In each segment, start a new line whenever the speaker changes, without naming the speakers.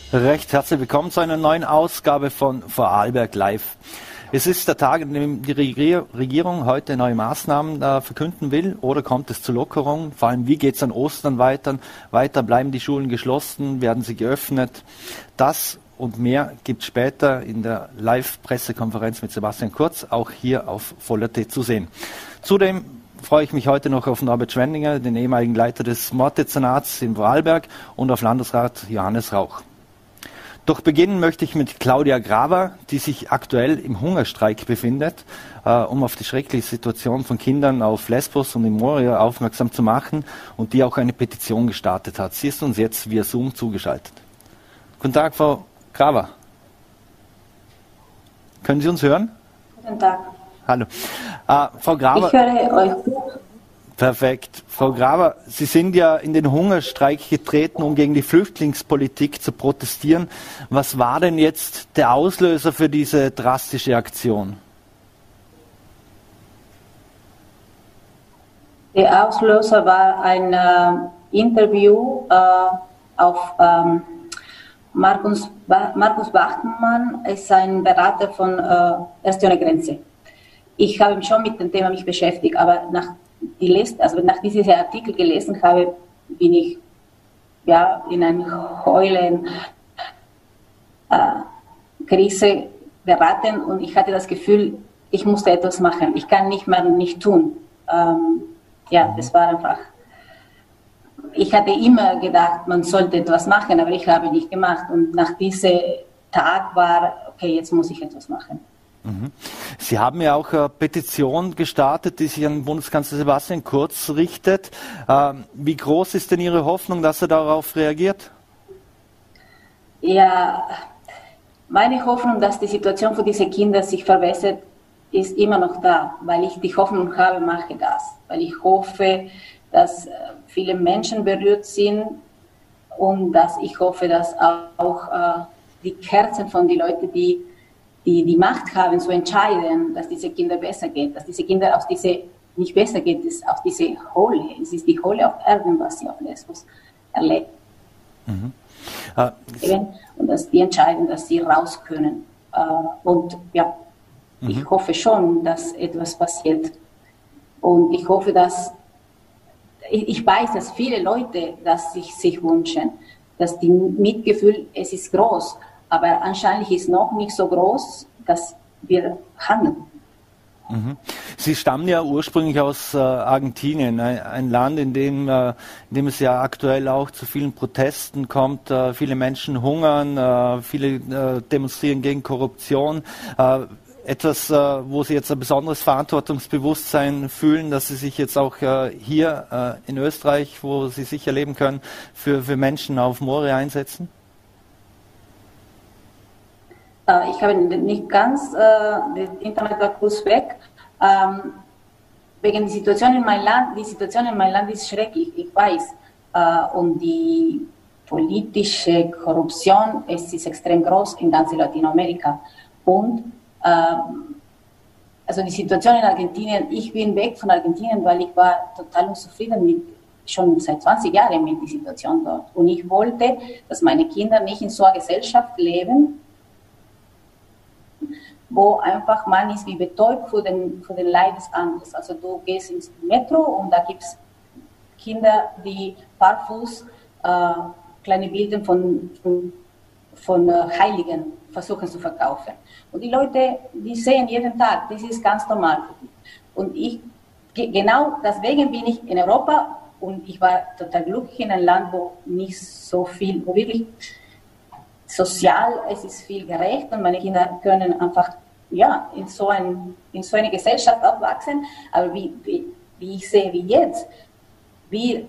Recht herzlich willkommen zu einer neuen Ausgabe von Vorarlberg Live. Es ist der Tag, an dem die Regierung heute neue Maßnahmen verkünden will, oder kommt es zu Lockerungen? Vor allem, wie geht es an Ostern weiter? Bleiben die Schulen geschlossen? Werden sie geöffnet? Das und mehr gibt es später in der Live-Pressekonferenz mit Sebastian Kurz, auch hier auf Voller.t zu sehen. Zudem freue ich mich heute noch auf Norbert Schwendinger, den ehemaligen Leiter des Morddezernats in Vorarlberg, und auf Landesrat Johannes Rauch. Doch beginnen möchte ich mit Claudia Graver, die sich aktuell im Hungerstreik befindet, um auf die schreckliche Situation von Kindern auf Lesbos und in Moria aufmerksam zu machen, und die auch eine Petition gestartet hat. Sie ist uns jetzt via Zoom zugeschaltet. Guten Tag, Frau Graver. Können Sie uns hören?
Guten Tag.
Hallo. Frau Graver.
Ich höre euch.
Perfekt. Frau Graver, Sie sind ja in den Hungerstreik getreten, um gegen die Flüchtlingspolitik zu protestieren. Was war denn jetzt der Auslöser für diese drastische Aktion?
Der Auslöser war ein Interview auf Markus Bachmann, ist ein Berater von Ärzte ohne Grenze. Ich habe mich schon mit dem Thema beschäftigt, aber nach diesem Artikel gelesen habe, bin ich in eine Krise geraten, und ich hatte das Gefühl, ich musste etwas machen. Ich kann nicht mehr nicht tun. Das war einfach. Ich hatte immer gedacht, man sollte etwas machen, aber ich habe nicht gemacht. Und nach diesem Tag war, okay, jetzt muss ich etwas machen.
Sie haben ja auch eine Petition gestartet, die sich an Bundeskanzler Sebastian Kurz richtet. Wie groß ist denn Ihre Hoffnung, dass er darauf reagiert?
Ja, meine Hoffnung, dass die Situation für diese Kinder sich verbessert, ist immer noch da, weil ich die Hoffnung habe, mache das. Weil ich hoffe, dass viele Menschen berührt sind, und dass ich hoffe, dass auch die Herzen von den Leuten, die Macht haben zu entscheiden, dass diese Kinder besser geht, dass diese Kinder aus diese nicht besser geht, ist aus diese Hölle. Es ist die Hölle auf Erden, was sie auf Lesbos erleben. Und dass die entscheiden, dass sie raus können. Ich hoffe schon, dass etwas passiert. Und ich hoffe, dass ich weiß, dass viele Leute das sich wünschen, dass die Mitgefühl, es ist groß, aber anscheinend ist es noch nicht so groß, dass wir handeln.
Sie stammen ja ursprünglich aus Argentinien, ein Land, in dem es ja aktuell auch zu vielen Protesten kommt. Viele Menschen hungern, viele demonstrieren gegen Korruption. Etwas, wo Sie jetzt ein besonderes Verantwortungsbewusstsein fühlen, dass Sie sich jetzt auch hier in Österreich, wo Sie sicher leben können, für Menschen auf Moria einsetzen?
Ich habe nicht ganz, das Internet war kurz weg. Wegen der Situation in meinem Land, die Situation in meinem Land ist schrecklich, ich weiß. Und die politische Korruption ist extrem groß in ganz Lateinamerika. Und also die Situation in Argentinien, ich bin weg von Argentinien, weil ich war total unzufrieden schon seit 20 Jahren mit der Situation dort. Und ich wollte, dass meine Kinder nicht in so einer Gesellschaft leben, wo einfach man ist wie betäubt für den Leid des anderen. Also du gehst ins Metro und da gibt es Kinder, die barfuß kleine Bilder von Heiligen versuchen zu verkaufen. Und die Leute, die sehen jeden Tag, das ist ganz normal. Und genau deswegen bin ich in Europa, und ich war total glücklich in einem Land, wo nicht so viel, wo wirklich sozial, es ist viel gerecht, und meine Kinder können einfach in so eine Gesellschaft aufwachsen. Aber wie ich sehe, wie jetzt, wir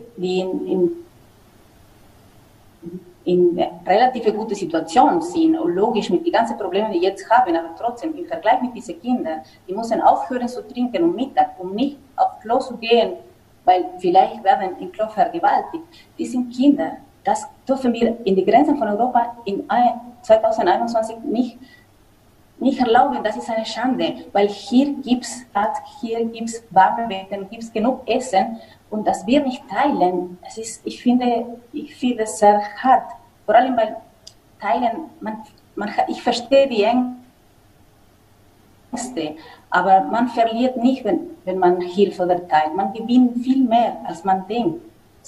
in relativ gute Situation sind, und logisch mit den ganzen Problemen, die wir jetzt haben, aber trotzdem im Vergleich mit diesen Kindern, die müssen aufhören zu trinken um Mittag, um nicht auf Klo zu gehen, weil vielleicht werden im Klo vergewaltigt. Die sind Kinder. Das dürfen wir in den Grenzen von Europa in 2021 nicht erlauben. Das ist eine Schande, weil hier gibt es Arzt, hier gibt es Warmbetten, gibt es genug Essen, und das wir nicht teilen. Ich finde es sehr hart. Vor allem, weil teilen, ich verstehe die Ängste, aber man verliert nicht, wenn man hilft oder teilt. Man gewinnt viel mehr, als man denkt.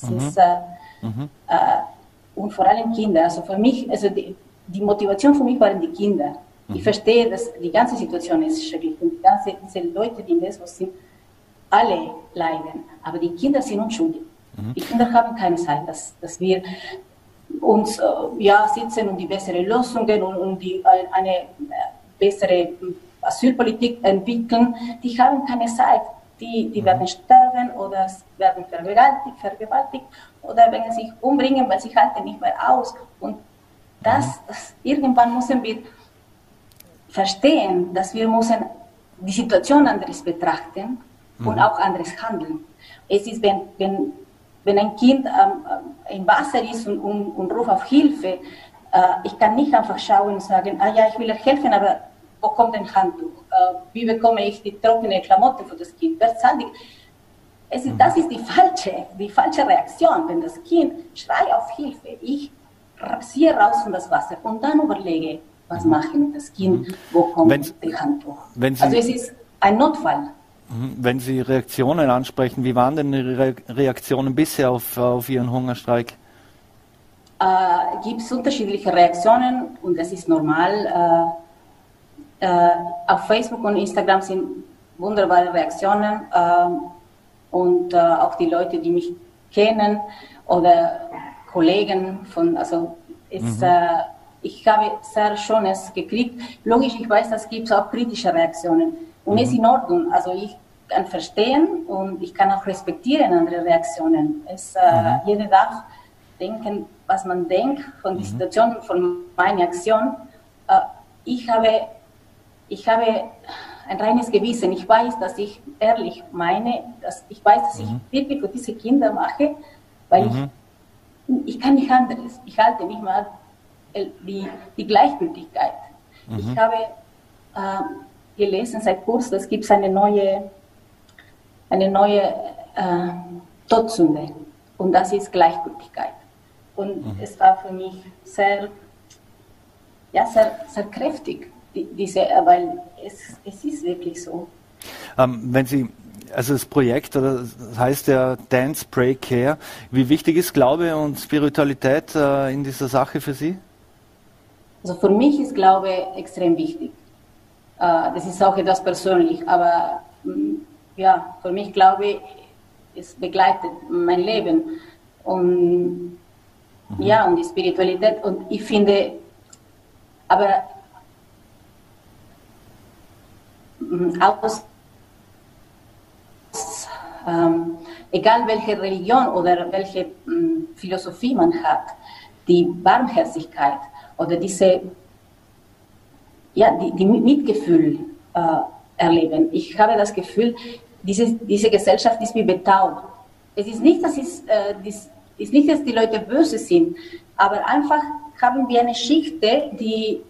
Und vor allem Kinder. Also für mich, also die Motivation für mich waren die Kinder. Ich verstehe, dass die ganze Situation ist schwierig und diese Leute, die in Lesbos sind, alle leiden. Aber die Kinder sind unschuldig. Die Kinder haben keine Zeit, dass wir uns sitzen und die bessere Lösungen und eine bessere Asylpolitik entwickeln. Die haben keine Zeit. Die werden sterben oder werden vergewaltigt oder werden sich umbringen, weil sie halten nicht mehr aus. Und irgendwann müssen wir verstehen, dass wir müssen die Situation anders betrachten und auch anders handeln. Es ist, wenn ein Kind im Wasser ist und ruft auf Hilfe, ich kann nicht einfach schauen und sagen, ich will helfen, aber wo kommt ein Handtuch? Wie bekomme ich die trockene Klamotten für das Kind? Wer zahlt die? Das ist die falsche Reaktion. Wenn das Kind schreit auf Hilfe, ich ziehe raus von das Wasser und dann überlege, was mache ich mit das Kind, wo kommt die Handtuch? Also es ist ein Notfall.
Wenn Sie Reaktionen ansprechen, wie waren denn Ihre Reaktionen bisher auf Ihren Hungerstreik?
Gibt es unterschiedliche Reaktionen und das ist normal. Auf Facebook und Instagram sind wunderbare Reaktionen und auch die Leute, die mich kennen oder Kollegen ich habe sehr Schönes gekriegt. Logisch, ich weiß, es gibt auch kritische Reaktionen und es ist in Ordnung. Also ich kann verstehen und ich kann auch respektieren andere Reaktionen. Jeder darf denken, was man denkt von der Situation, von meiner Aktion. Ich habe ein reines Gewissen. Ich weiß, dass ich ehrlich meine, ich weiß, dass ich wirklich für diese Kinder mache, weil ich kann nicht anderes. Ich halte nicht mal die Gleichgültigkeit. Ich habe gelesen seit kurzem, es gibt eine neue Todsünde und das ist Gleichgültigkeit. Und es war für mich sehr kräftig. Weil es ist wirklich so.
Wenn Sie, also das Projekt, das heißt ja Dance, Pray, Care, wie wichtig ist Glaube und Spiritualität in dieser Sache für Sie?
Also für mich ist Glaube extrem wichtig. Das ist auch etwas persönlich, aber für mich Glaube, es begleitet mein Leben und und die Spiritualität und ich finde, aber egal welche Religion oder welche Philosophie man hat, die Barmherzigkeit oder die Mitgefühl erleben. Ich habe das Gefühl, diese Gesellschaft ist wie betaucht. Es ist nicht, dass die Leute böse sind, aber einfach haben wir eine Schicht, die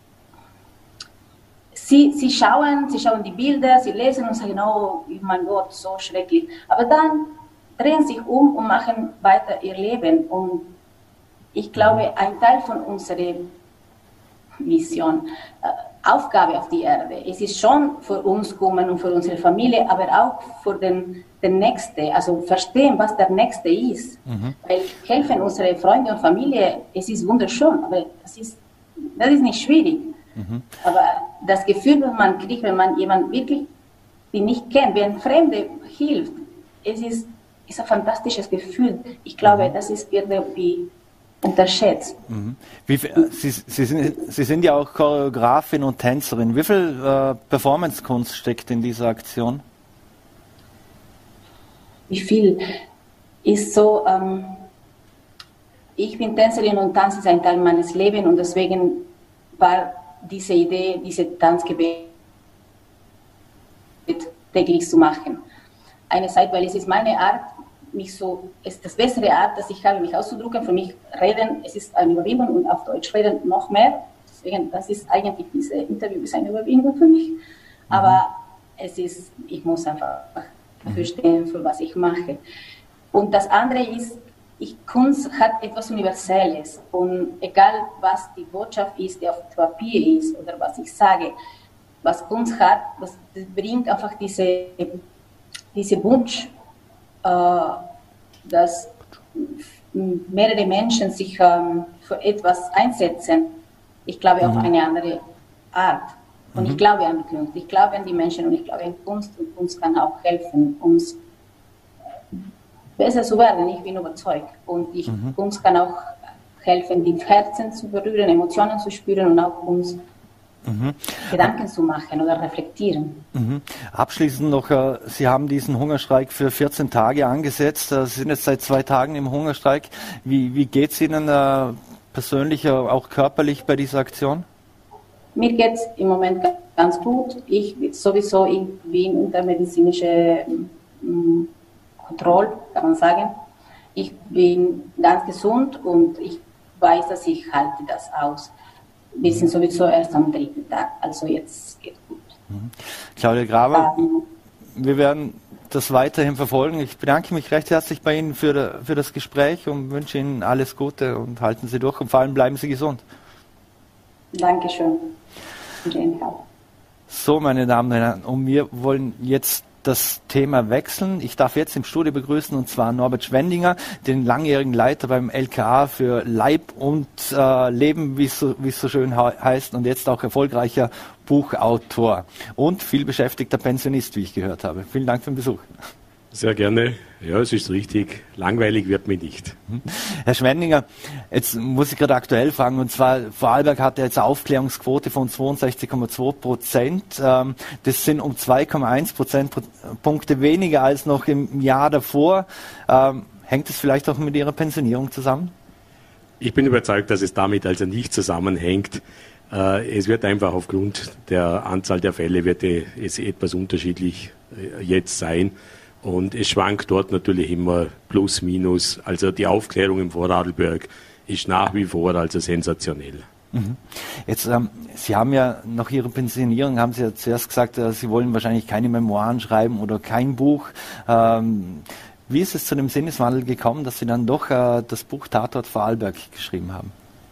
Sie schauen die Bilder, sie lesen und sagen, oh mein Gott, so schrecklich. Aber dann drehen sich um und machen weiter ihr Leben. Und ich glaube, ein Teil von unserer Mission, Aufgabe auf die Erde, es ist schon für uns kommen und für unsere Familie, aber auch für den Nächsten, also verstehen, was der Nächste ist. Weil helfen unsere Freunde und Familie, es ist wunderschön, aber das ist nicht schwierig. Aber das Gefühl, das man kriegt, wenn man jemanden wirklich nicht kennt, wenn ein Fremder hilft, es ist ein fantastisches Gefühl. Ich glaube, das ist irgendwie unterschätzt. Sie sind ja auch Choreografin und Tänzerin. Wie viel Performance-Kunst steckt in dieser Aktion? Wie viel ist so, ich bin Tänzerin und Tanz ist ein Teil meines Lebens und deswegen war diese Idee, diese Tanzgebet täglich zu machen. Einerseits, weil es ist meine Art, ist das bessere Art, dass ich habe, mich auszudrücken. Für mich reden, es ist eine Überwindung und auf Deutsch reden noch mehr. Deswegen, das ist eigentlich, diese Interview ist eine Überwindung für mich. Aber ich muss einfach verstehen, für was ich mache. Und das andere ist, Kunst hat etwas Universelles und egal was die Botschaft ist, die auf Papier ist oder was ich sage, was Kunst hat, das bringt einfach diese Wunsch, dass mehrere Menschen sich für etwas einsetzen. Ich glaube auf eine andere Art. Und ich glaube an Kunst, ich glaube an die Menschen und ich glaube an Kunst und Kunst kann auch helfen, uns besser zu werden. Ich bin überzeugt. Und Kunst kann auch helfen, die Herzen zu berühren, Emotionen zu spüren und auch uns Gedanken zu machen oder reflektieren.
Abschließend noch, Sie haben diesen Hungerstreik für 14 Tage angesetzt. Sie sind jetzt seit 2 Tagen im Hungerstreik. Wie geht es Ihnen persönlich, auch körperlich bei dieser Aktion?
Mir geht es im Moment ganz gut. Ich bin unter medizinischer Kontrolle, kann man sagen. Ich bin ganz gesund und ich weiß, dass ich halte das aus. Wir sind sowieso erst am 3. Tag, also jetzt geht gut.
Claudia Graber, wir werden das weiterhin verfolgen. Ich bedanke mich recht herzlich bei Ihnen für das Gespräch und wünsche Ihnen alles Gute und halten Sie durch und vor allem bleiben Sie gesund.
Dankeschön.
So, meine Damen und Herren, und wir wollen jetzt das Thema wechseln. Ich darf jetzt im Studio begrüßen, und zwar Norbert Schwendinger, den langjährigen Leiter beim LKA für Leib und Leben, wie es so schön heißt, und jetzt auch erfolgreicher Buchautor und viel beschäftigter Pensionist, wie ich gehört habe. Vielen Dank für den Besuch.
Sehr gerne. Ja, es ist richtig. Langweilig wird mir nicht.
Herr Schwendinger, jetzt muss ich gerade aktuell fragen, und zwar Vorarlberg hat ja jetzt eine Aufklärungsquote von 62,2%. Das sind um 2,1 Prozentpunkte weniger als noch im Jahr davor. Hängt es vielleicht auch mit Ihrer Pensionierung zusammen?
Ich bin überzeugt, dass es damit also nicht zusammenhängt. Es wird einfach aufgrund der Anzahl der Fälle wird es etwas unterschiedlich jetzt sein. Und es schwankt dort natürlich immer plus, minus. Also die Aufklärung im Vorarlberg ist nach wie vor also sensationell.
Jetzt, Sie haben ja nach Ihrer Pensionierung, haben Sie ja zuerst gesagt, Sie wollen wahrscheinlich keine Memoiren schreiben oder kein Buch. Wie ist es zu dem Sinneswandel gekommen, dass Sie dann doch das Buch Tatort Vorarlberg geschrieben haben?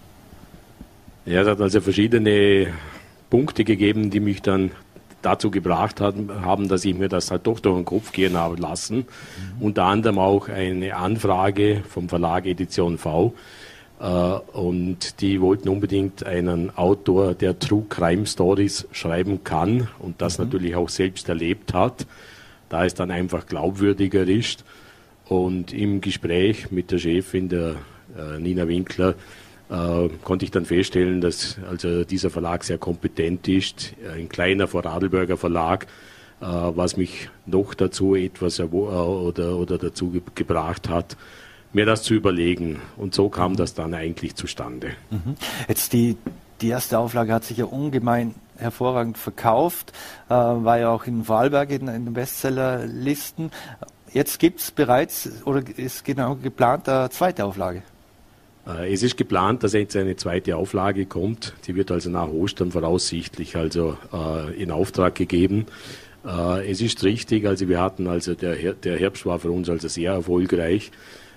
Ja, es hat also verschiedene Punkte gegeben, die mich dann dazu gebracht haben, dass ich mir das halt doch durch den Kopf gehen habe lassen. Unter anderem auch eine Anfrage vom Verlag Edition V. Und die wollten unbedingt einen Autor, der True Crime Stories schreiben kann und das natürlich auch selbst erlebt hat, da es dann einfach glaubwürdiger ist. Und im Gespräch mit der Chefin, der Nina Winkler, konnte ich dann feststellen, dass also dieser Verlag sehr kompetent ist, ein kleiner Vorarlberger Verlag, was mich noch dazu etwas oder dazu gebracht hat, mir das zu überlegen. Und so kam das dann eigentlich zustande.
Jetzt die erste Auflage hat sich ja ungemein hervorragend verkauft, war ja auch in Vorarlberg in den Bestsellerlisten. Jetzt gibt es bereits, oder ist genau geplant, eine zweite Auflage?
Es ist geplant, dass jetzt eine zweite Auflage kommt. Die wird also nach Ostern voraussichtlich in Auftrag gegeben. Es ist richtig, also wir hatten also der Herbst war für uns also sehr erfolgreich.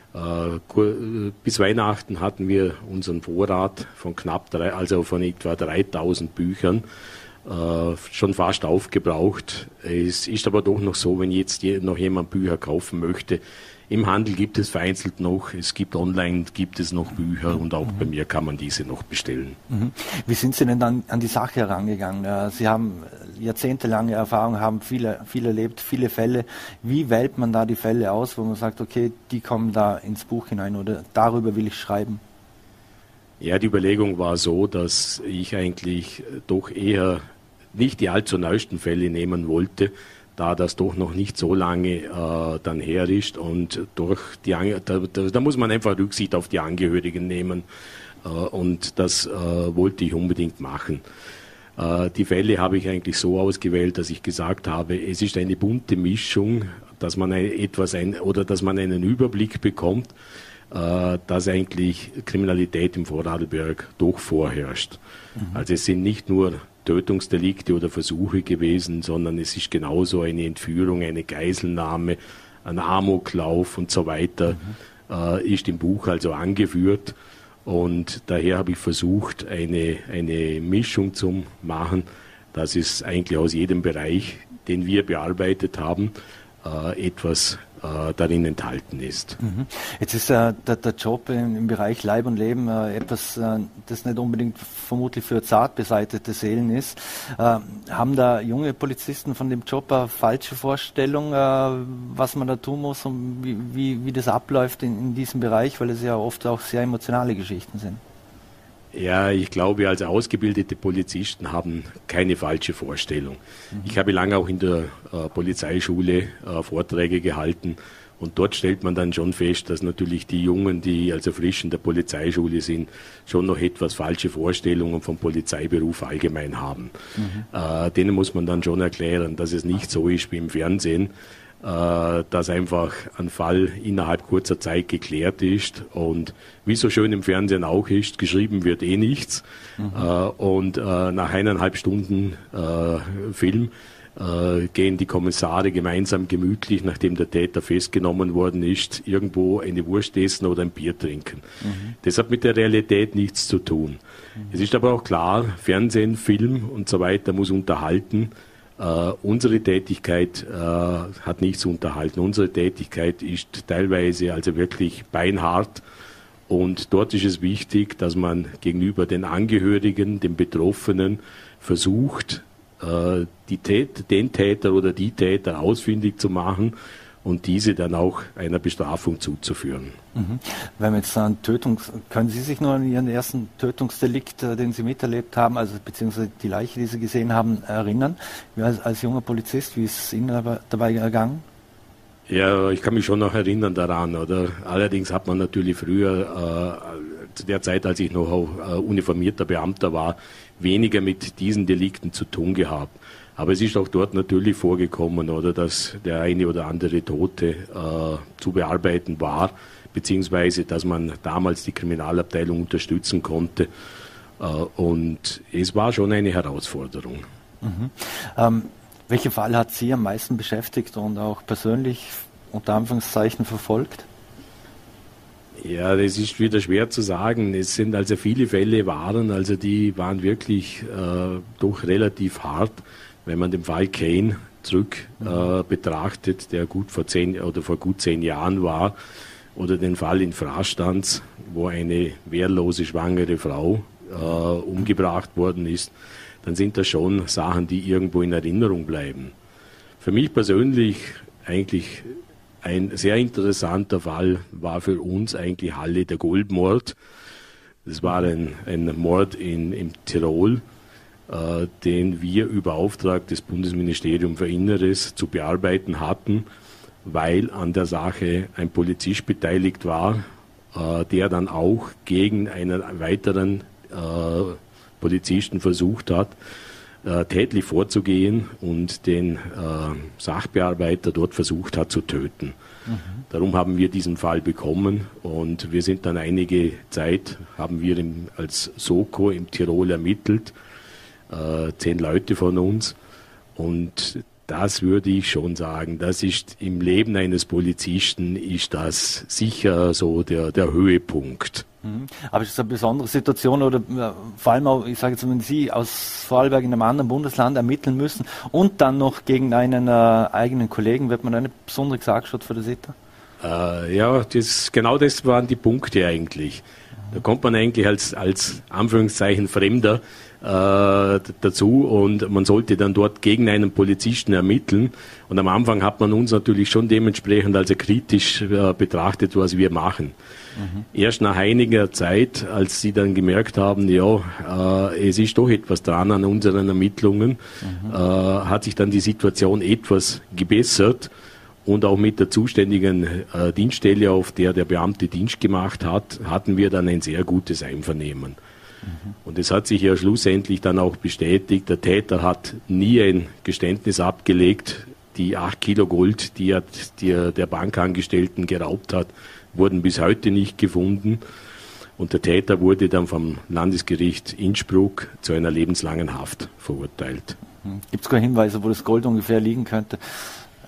Bis Weihnachten hatten wir unseren Vorrat von von etwa 3000 Büchern schon fast aufgebraucht. Es ist aber doch noch so, wenn jetzt noch jemand Bücher kaufen möchte. Im Handel gibt es vereinzelt noch, online gibt es noch Bücher und auch bei mir kann man diese noch bestellen.
Wie sind Sie denn dann an die Sache herangegangen? Sie haben jahrzehntelange Erfahrung, haben viel erlebt, viele Fälle. Wie wählt man da die Fälle aus, wo man sagt, okay, die kommen da ins Buch hinein oder darüber will ich schreiben?
Ja, die Überlegung war so, dass ich eigentlich doch eher nicht die allzu neuesten Fälle nehmen wollte, da das doch noch nicht so lange dann her ist und da muss man einfach Rücksicht auf die Angehörigen nehmen und das wollte ich unbedingt machen. Die Fälle habe ich eigentlich so ausgewählt, dass ich gesagt habe, es ist eine bunte Mischung, dass man einen Überblick bekommt, dass eigentlich Kriminalität im Vorarlberg doch vorherrscht. Also es sind nicht nur Tötungsdelikte oder Versuche gewesen, sondern es ist genauso eine Entführung, eine Geiselnahme, ein Amoklauf und so weiter. ist im Buch also angeführt. Und daher habe ich versucht, eine Mischung zu machen, dass es eigentlich aus jedem Bereich, den wir bearbeitet haben, etwas darin enthalten ist.
Jetzt ist der Job im Bereich Leib und Leben etwas, das nicht unbedingt vermutlich für zart beseitete Seelen ist. Haben da junge Polizisten von dem Job eine falsche Vorstellung, was man da tun muss und wie das abläuft in diesem Bereich, weil es ja oft auch sehr emotionale Geschichten sind?
Ja, ich glaube, als ausgebildete Polizisten haben keine falsche Vorstellung. Ich habe lange auch in der Polizeischule Vorträge gehalten und dort stellt man dann schon fest, dass natürlich die Jungen, die also frisch in der Polizeischule sind, schon noch etwas falsche Vorstellungen vom Polizeiberuf allgemein haben. Denen muss man dann schon erklären, dass es nicht so ist wie im Fernsehen, dass einfach ein Fall innerhalb kurzer Zeit geklärt ist und wie so schön im Fernsehen auch ist, geschrieben wird eh nichts und nach 1,5 Stunden Film gehen die Kommissare gemeinsam gemütlich, nachdem der Täter festgenommen worden ist, irgendwo eine Wurst essen oder ein Bier trinken. Das hat mit der Realität nichts zu tun. Es ist aber auch klar, Fernsehen, Film und so weiter muss unterhalten. Unsere Tätigkeit hat nichts zu unterhalten. Unsere Tätigkeit ist teilweise also wirklich beinhart und dort ist es wichtig, dass man gegenüber den Angehörigen, den Betroffenen versucht, den Täter oder die Täter ausfindig zu machen und diese dann auch einer Bestrafung zuzuführen.
Wenn wir jetzt an können Sie sich nur an Ihren ersten Tötungsdelikt, den Sie miterlebt haben, also beziehungsweise die Leiche, die Sie gesehen haben, erinnern? Als junger Polizist, wie ist es Ihnen dabei ergangen?
Ja, ich kann mich schon noch erinnern daran, oder? Allerdings hat man natürlich früher, zu der Zeit, als ich noch uniformierter Beamter war, weniger mit diesen Delikten zu tun gehabt. Aber es ist auch dort natürlich vorgekommen, oder, dass der eine oder andere Tote zu bearbeiten war, beziehungsweise dass man damals die Kriminalabteilung unterstützen konnte. Und es war schon eine Herausforderung.
Welcher Fall hat Sie am meisten beschäftigt und auch persönlich unter Anführungszeichen verfolgt?
Ja, das ist wieder schwer zu sagen. Es sind also viele Fälle die waren wirklich doch relativ hart, wenn man den Fall Kane zurück betrachtet, der vor gut 10 Jahren war, oder den Fall in Frastanz, wo eine wehrlose schwangere Frau umgebracht worden ist, dann sind das schon Sachen, die irgendwo in Erinnerung bleiben. Für mich persönlich eigentlich ein sehr interessanter Fall war für uns eigentlich Halle der Goldmord. Das war ein Mord im Tirol, den wir über Auftrag des Bundesministeriums für Inneres zu bearbeiten hatten, weil an der Sache ein Polizist beteiligt war, der dann auch gegen einen weiteren Polizisten versucht hat, tätlich vorzugehen und den Sachbearbeiter dort versucht hat zu töten. Darum haben wir diesen Fall bekommen und wir sind dann einige Zeit, haben wir als Soko im Tirol ermittelt, 10 Leute von uns, und das würde ich schon sagen, das ist im Leben eines Polizisten ist das sicher so der Höhepunkt.
Aber ist das eine besondere Situation oder vor allem auch, ich sage jetzt, wenn Sie aus Vorarlberg in einem anderen Bundesland ermitteln müssen und dann noch gegen einen eigenen Kollegen, wird man eine besondere Gesellschaft für das ETA?
Ja, genau das waren die Punkte eigentlich. Da kommt man eigentlich als Anführungszeichen Fremder dazu und man sollte dann dort gegen einen Polizisten ermitteln. Und am Anfang hat man uns natürlich schon dementsprechend also kritisch betrachtet, was wir machen. Erst nach einiger Zeit, als sie dann gemerkt haben, ja, es ist doch etwas dran an unseren Ermittlungen, hat sich dann die Situation etwas gebessert. Und auch mit der zuständigen Dienststelle, auf der Beamte Dienst gemacht hat, hatten wir dann ein sehr gutes Einvernehmen. Und es hat sich ja schlussendlich dann auch bestätigt, der Täter hat nie ein Geständnis abgelegt. Die 8 Kilo Gold, die er der Bankangestellten geraubt hat, wurden bis heute nicht gefunden. Und der Täter wurde dann vom Landesgericht Innsbruck zu einer lebenslangen Haft verurteilt.
Gibt es keine Hinweise, wo das Gold ungefähr liegen könnte?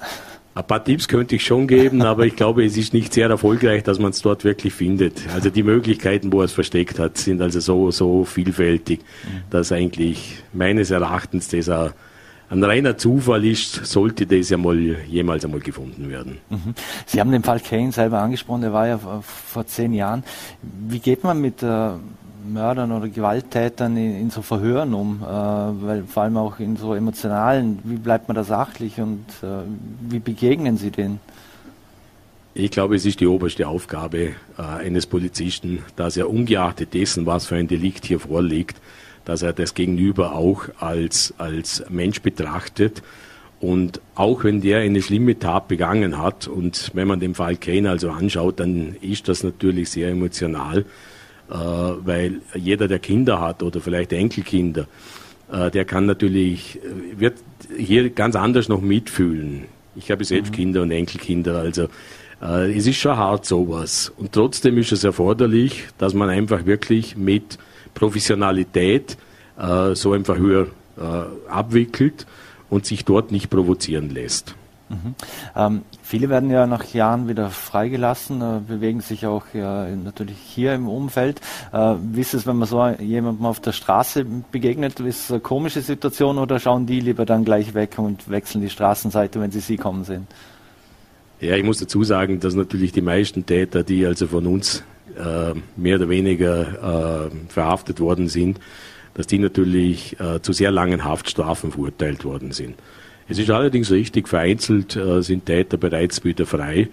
Ein paar Tipps könnte ich schon geben, aber ich glaube, es ist nicht sehr erfolgreich, dass man es dort wirklich findet. Also die Möglichkeiten, wo er es versteckt hat, sind also so vielfältig, dass eigentlich meines Erachtens das ein reiner Zufall ist, sollte das ja jemals einmal gefunden werden.
Sie haben den Fall Cain selber angesprochen, der war ja vor 10 Jahren. Wie geht man mit Mördern oder Gewalttätern in so Verhören um? Weil vor allem auch in so emotionalen, wie bleibt man da sachlich und wie begegnen Sie denen?
Ich glaube, es ist die oberste Aufgabe eines Polizisten, dass er ungeachtet dessen, was für ein Delikt hier vorliegt, dass er das Gegenüber auch als Mensch betrachtet. Und auch wenn der eine schlimme Tat begangen hat, und wenn man den Fall Cain also anschaut, dann ist das natürlich sehr emotional, weil jeder, der Kinder hat oder vielleicht Enkelkinder, der kann natürlich, wird hier ganz anders noch mitfühlen. Ich habe selbst Kinder und Enkelkinder, also es ist schon hart sowas. Und trotzdem ist es erforderlich, dass man einfach wirklich mit Professionalität so ein Verhör abwickelt und sich dort nicht provozieren lässt.
Viele werden ja nach Jahren wieder freigelassen, bewegen sich auch natürlich hier im Umfeld. Wie ist es, wenn man so jemandem auf der Straße begegnet? Ist es eine komische Situation oder schauen die lieber dann gleich weg und wechseln die Straßenseite, wenn sie kommen sehen?
Ja, ich muss dazu sagen, dass natürlich die meisten Täter, die also von uns mehr oder weniger verhaftet worden sind, dass die natürlich zu sehr langen Haftstrafen verurteilt worden sind. Es ist allerdings richtig, vereinzelt sind Täter bereits wieder frei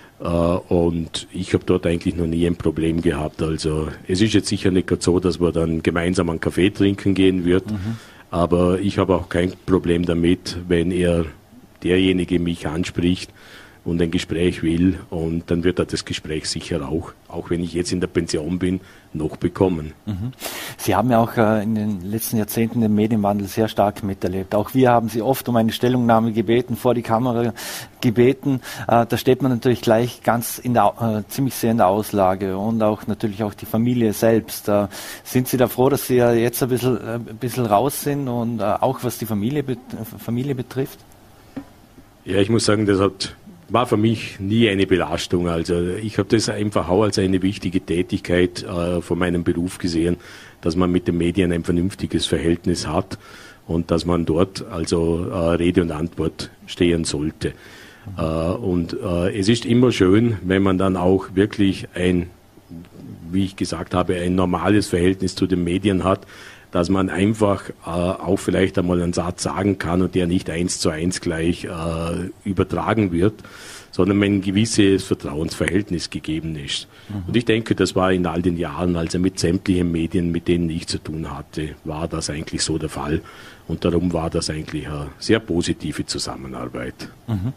und ich habe dort eigentlich noch nie ein Problem gehabt. Also es ist jetzt sicher nicht so, dass man dann gemeinsam einen Kaffee trinken gehen wird, aber ich habe auch kein Problem damit, wenn derjenige mich anspricht und ein Gespräch will, und dann wird er das Gespräch sicher auch wenn ich jetzt in der Pension bin, noch bekommen.
Sie haben ja auch in den letzten Jahrzehnten den Medienwandel sehr stark miterlebt. Auch wir haben Sie oft um eine Stellungnahme gebeten, vor die Kamera gebeten. Da steht man natürlich gleich ganz ziemlich sehr in der Auslage, und auch natürlich auch die Familie selbst. Sind Sie da froh, dass Sie ja jetzt ein bisschen raus sind, und auch was die Familie betrifft?
Ja, ich muss sagen, war für mich nie eine Belastung. Also ich habe das einfach auch als eine wichtige Tätigkeit von meinem Beruf gesehen, dass man mit den Medien ein vernünftiges Verhältnis hat und dass man dort also Rede und Antwort stehen sollte. Und es ist immer schön, wenn man dann auch wirklich wie ich gesagt habe, ein normales Verhältnis zu den Medien hat, dass man einfach auch vielleicht einmal einen Satz sagen kann und der nicht 1:1 gleich übertragen wird, sondern wenn ein gewisses Vertrauensverhältnis gegeben ist. Und ich denke, das war in all den Jahren, also mit sämtlichen Medien, mit denen ich zu tun hatte, war das eigentlich so der Fall. Und darum war das eigentlich eine sehr positive Zusammenarbeit.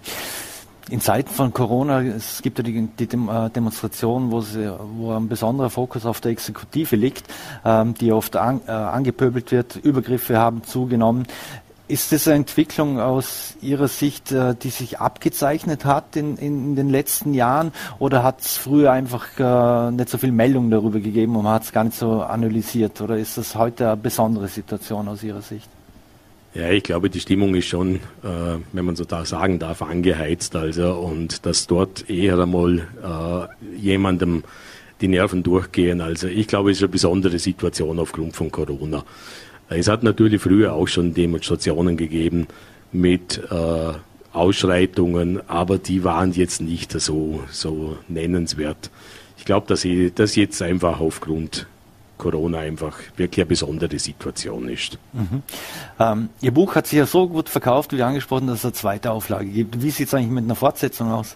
In Zeiten von Corona, es gibt ja die Demonstrationen, wo ein besonderer Fokus auf der Exekutive liegt, die oft angepöbelt wird, Übergriffe haben zugenommen. Ist das eine Entwicklung aus Ihrer Sicht, die sich abgezeichnet hat in den letzten Jahren, oder hat es früher einfach nicht so viel Meldung darüber gegeben und man hat es gar nicht so analysiert? Oder ist das heute eine besondere Situation aus Ihrer Sicht?
Ja, ich glaube, die Stimmung ist schon, wenn man so da sagen darf, angeheizt, also, und dass dort eher einmal jemandem die Nerven durchgehen. Also ich glaube, es ist eine besondere Situation aufgrund von Corona. Es hat natürlich früher auch schon Demonstrationen gegeben mit Ausschreitungen, aber die waren jetzt nicht so nennenswert. Ich glaube, dass das jetzt einfach aufgrund Corona einfach wirklich eine besondere Situation ist.
Ihr Buch hat sich ja so gut verkauft, wie angesprochen, dass es eine zweite Auflage gibt. Wie sieht es eigentlich mit einer Fortsetzung aus?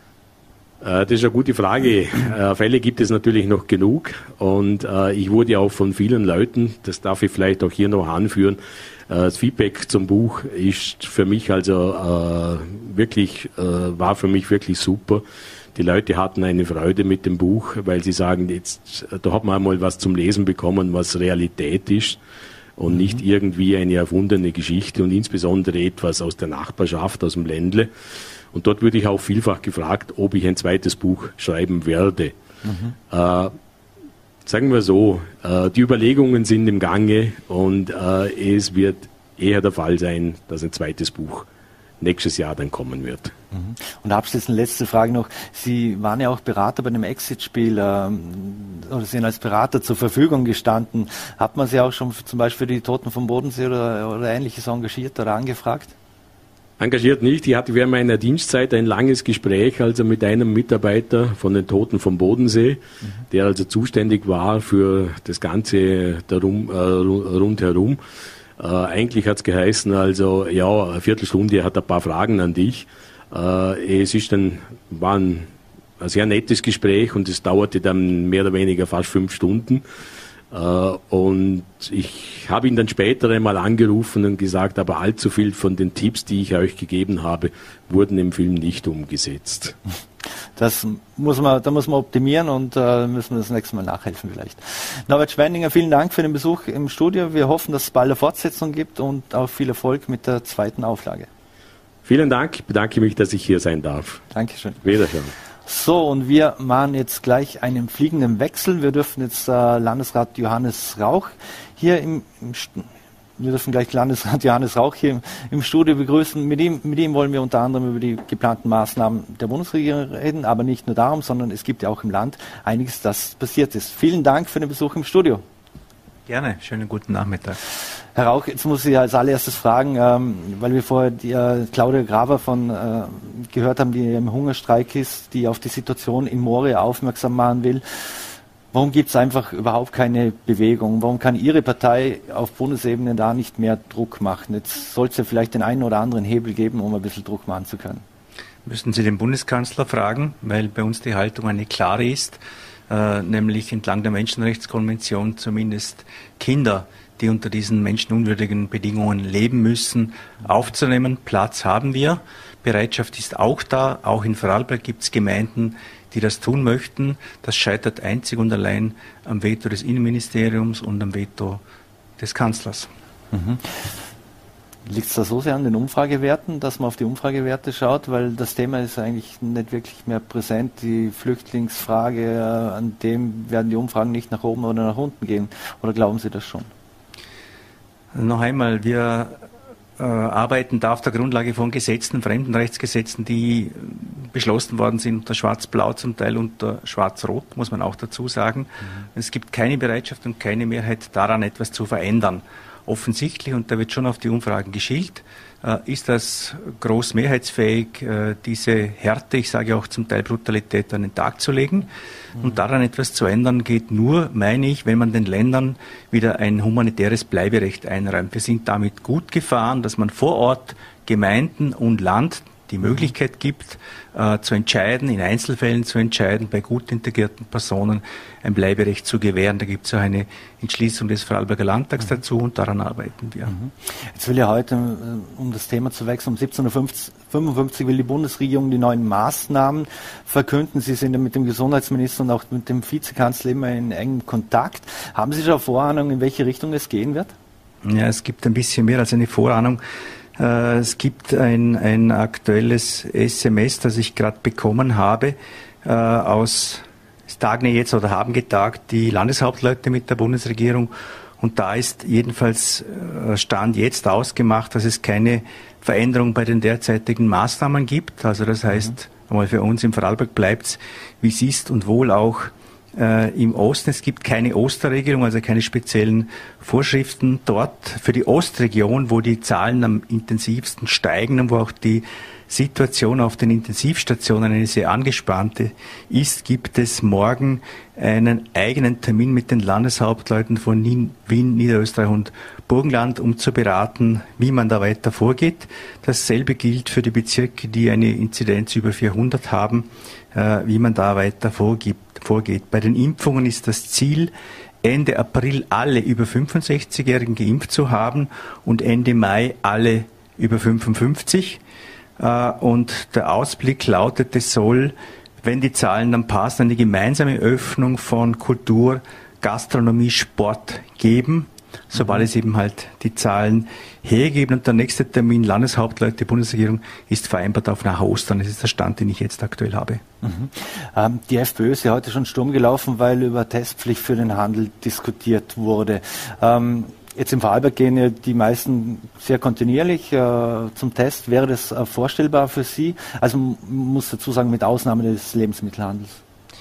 Das ist eine gute Frage. Fälle gibt es natürlich noch genug, und ich wurde auch von vielen Leuten, das darf ich vielleicht auch hier noch anführen, das Feedback zum Buch ist für mich also war für mich wirklich super. Die Leute hatten eine Freude mit dem Buch, weil sie sagen, da hat man einmal was zum Lesen bekommen, was Realität ist und nicht irgendwie eine erfundene Geschichte, und insbesondere etwas aus der Nachbarschaft, aus dem Ländle. Und dort wurde ich auch vielfach gefragt, ob ich ein zweites Buch schreiben werde. Sagen wir so, die Überlegungen sind im Gange, und es wird eher der Fall sein, dass ein zweites Buch nächstes Jahr dann kommen wird.
Und abschließend letzte Frage noch. Sie waren ja auch Berater bei einem Exit-Spiel oder sind als Berater zur Verfügung gestanden. Hat man Sie auch schon zum Beispiel für die Toten vom Bodensee oder Ähnliches engagiert oder angefragt?
Engagiert nicht. Ich hatte während meiner Dienstzeit ein langes Gespräch also mit einem Mitarbeiter von den Toten vom Bodensee, der also zuständig war für das Ganze darum, rundherum. Eigentlich hat es geheißen, also ja, eine Viertelstunde, er hat ein paar Fragen an dich. Es war ein sehr nettes Gespräch und es dauerte dann mehr oder weniger fast 5 Stunden. Und ich habe ihn dann später einmal angerufen und gesagt, aber allzu viel von den Tipps, die ich euch gegeben habe, wurden im Film nicht umgesetzt.
Da muss man optimieren und müssen wir das nächste Mal nachhelfen vielleicht. Norbert Schwendinger, vielen Dank für den Besuch im Studio. Wir hoffen, dass es bald eine Fortsetzung gibt und auch viel Erfolg mit der 2. Auflage.
Vielen Dank, ich bedanke mich, dass ich hier sein darf.
Dankeschön.
Wiederhören.
So, und wir machen jetzt gleich einen fliegenden Wechsel. Wir dürfen jetzt Landesrat Johannes Rauch hier im Studio begrüßen. Mit ihm wollen wir unter anderem über die geplanten Maßnahmen der Bundesregierung reden, aber nicht nur darum, sondern es gibt ja auch im Land einiges, das passiert ist. Vielen Dank für den Besuch im Studio.
Gerne, schönen guten Nachmittag.
Herr Rauch, jetzt muss ich als allererstes fragen, weil wir vorher die Claudia Graver gehört haben, die im Hungerstreik ist, die auf die Situation in Moria aufmerksam machen will. Warum gibt es einfach überhaupt keine Bewegung? Warum kann Ihre Partei auf Bundesebene da nicht mehr Druck machen? Jetzt soll es ja vielleicht den einen oder anderen Hebel geben, um ein bisschen Druck machen zu können.
Müssen Sie den Bundeskanzler fragen, weil bei uns die Haltung eine klare ist, nämlich entlang der Menschenrechtskonvention zumindest Kinder, die unter diesen menschenunwürdigen Bedingungen leben müssen, aufzunehmen. Platz haben wir. Bereitschaft ist auch da. Auch in Vorarlberg gibt es Gemeinden, die das tun möchten. Das scheitert einzig und allein am Veto des Innenministeriums und am Veto des Kanzlers.
Liegt es da so sehr an den Umfragewerten, dass man auf die Umfragewerte schaut? Weil das Thema ist eigentlich nicht wirklich mehr präsent. Die Flüchtlingsfrage, an dem werden die Umfragen nicht nach oben oder nach unten gehen. Oder glauben Sie das schon?
Noch einmal, wir arbeiten da auf der Grundlage von Gesetzen, Fremdenrechtsgesetzen, die beschlossen worden sind unter Schwarz-Blau, zum Teil unter Schwarz-Rot, muss man auch dazu sagen. Es gibt keine Bereitschaft und keine Mehrheit daran, etwas zu verändern. Offensichtlich, und da wird schon auf die Umfragen geschielt, ist das groß mehrheitsfähig, diese Härte, ich sage auch zum Teil Brutalität an den Tag zu legen. Und daran etwas zu ändern geht nur, meine ich, wenn man den Ländern wieder ein humanitäres Bleiberecht einräumt. Wir sind damit gut gefahren, dass man vor Ort Gemeinden und Land die Möglichkeit gibt, zu entscheiden, in Einzelfällen zu entscheiden, bei gut integrierten Personen ein Bleiberecht zu gewähren. Da gibt es ja eine Entschließung des Vorarlberger Landtags dazu und daran arbeiten wir.
Jetzt will ja heute, um das Thema zu wechseln, um 17.55 Uhr will die Bundesregierung die neuen Maßnahmen verkünden. Sie sind ja mit dem Gesundheitsminister und auch mit dem Vizekanzler immer in engem Kontakt. Haben Sie schon eine Vorahnung, in welche Richtung es gehen wird?
Ja, es gibt ein bisschen mehr als eine Vorahnung. Es gibt ein aktuelles SMS, das ich gerade bekommen habe, es tagen jetzt oder haben getagt die Landeshauptleute mit der Bundesregierung und da ist jedenfalls Stand jetzt ausgemacht, dass es keine Veränderung bei den derzeitigen Maßnahmen gibt. Also das heißt, einmal für uns im Vorarlberg bleibt es, wie es ist und wohl auch im Osten. Es gibt keine Osterregelung, also keine speziellen Vorschriften dort. Für die Ostregion, wo die Zahlen am intensivsten steigen und wo auch die Situation auf den Intensivstationen eine sehr angespannte ist, gibt es morgen einen eigenen Termin mit den Landeshauptleuten von Wien, Niederösterreich und Burgenland, um zu beraten, wie man da weiter vorgeht. Dasselbe gilt für die Bezirke, die eine Inzidenz über 400 haben, wie man da weiter vorgeht. Bei den Impfungen ist das Ziel, Ende April alle über 65-Jährigen geimpft zu haben und Ende Mai alle über 55. Und der Ausblick lautet, es soll, wenn die Zahlen dann passen, eine gemeinsame Öffnung von Kultur, Gastronomie, Sport geben, sobald es eben halt die Zahlen hergeben. Und der nächste Termin, Landeshauptleute, Bundesregierung, ist vereinbart auf nach Ostern. Das ist der Stand, den ich jetzt aktuell habe.
Die FPÖ ist ja heute schon Sturm gelaufen, weil über Testpflicht für den Handel diskutiert wurde. Jetzt im Vorarlberg gehen ja die meisten sehr kontinuierlich zum Test. Wäre das vorstellbar für Sie? Also man muss dazu sagen, mit Ausnahme des Lebensmittelhandels.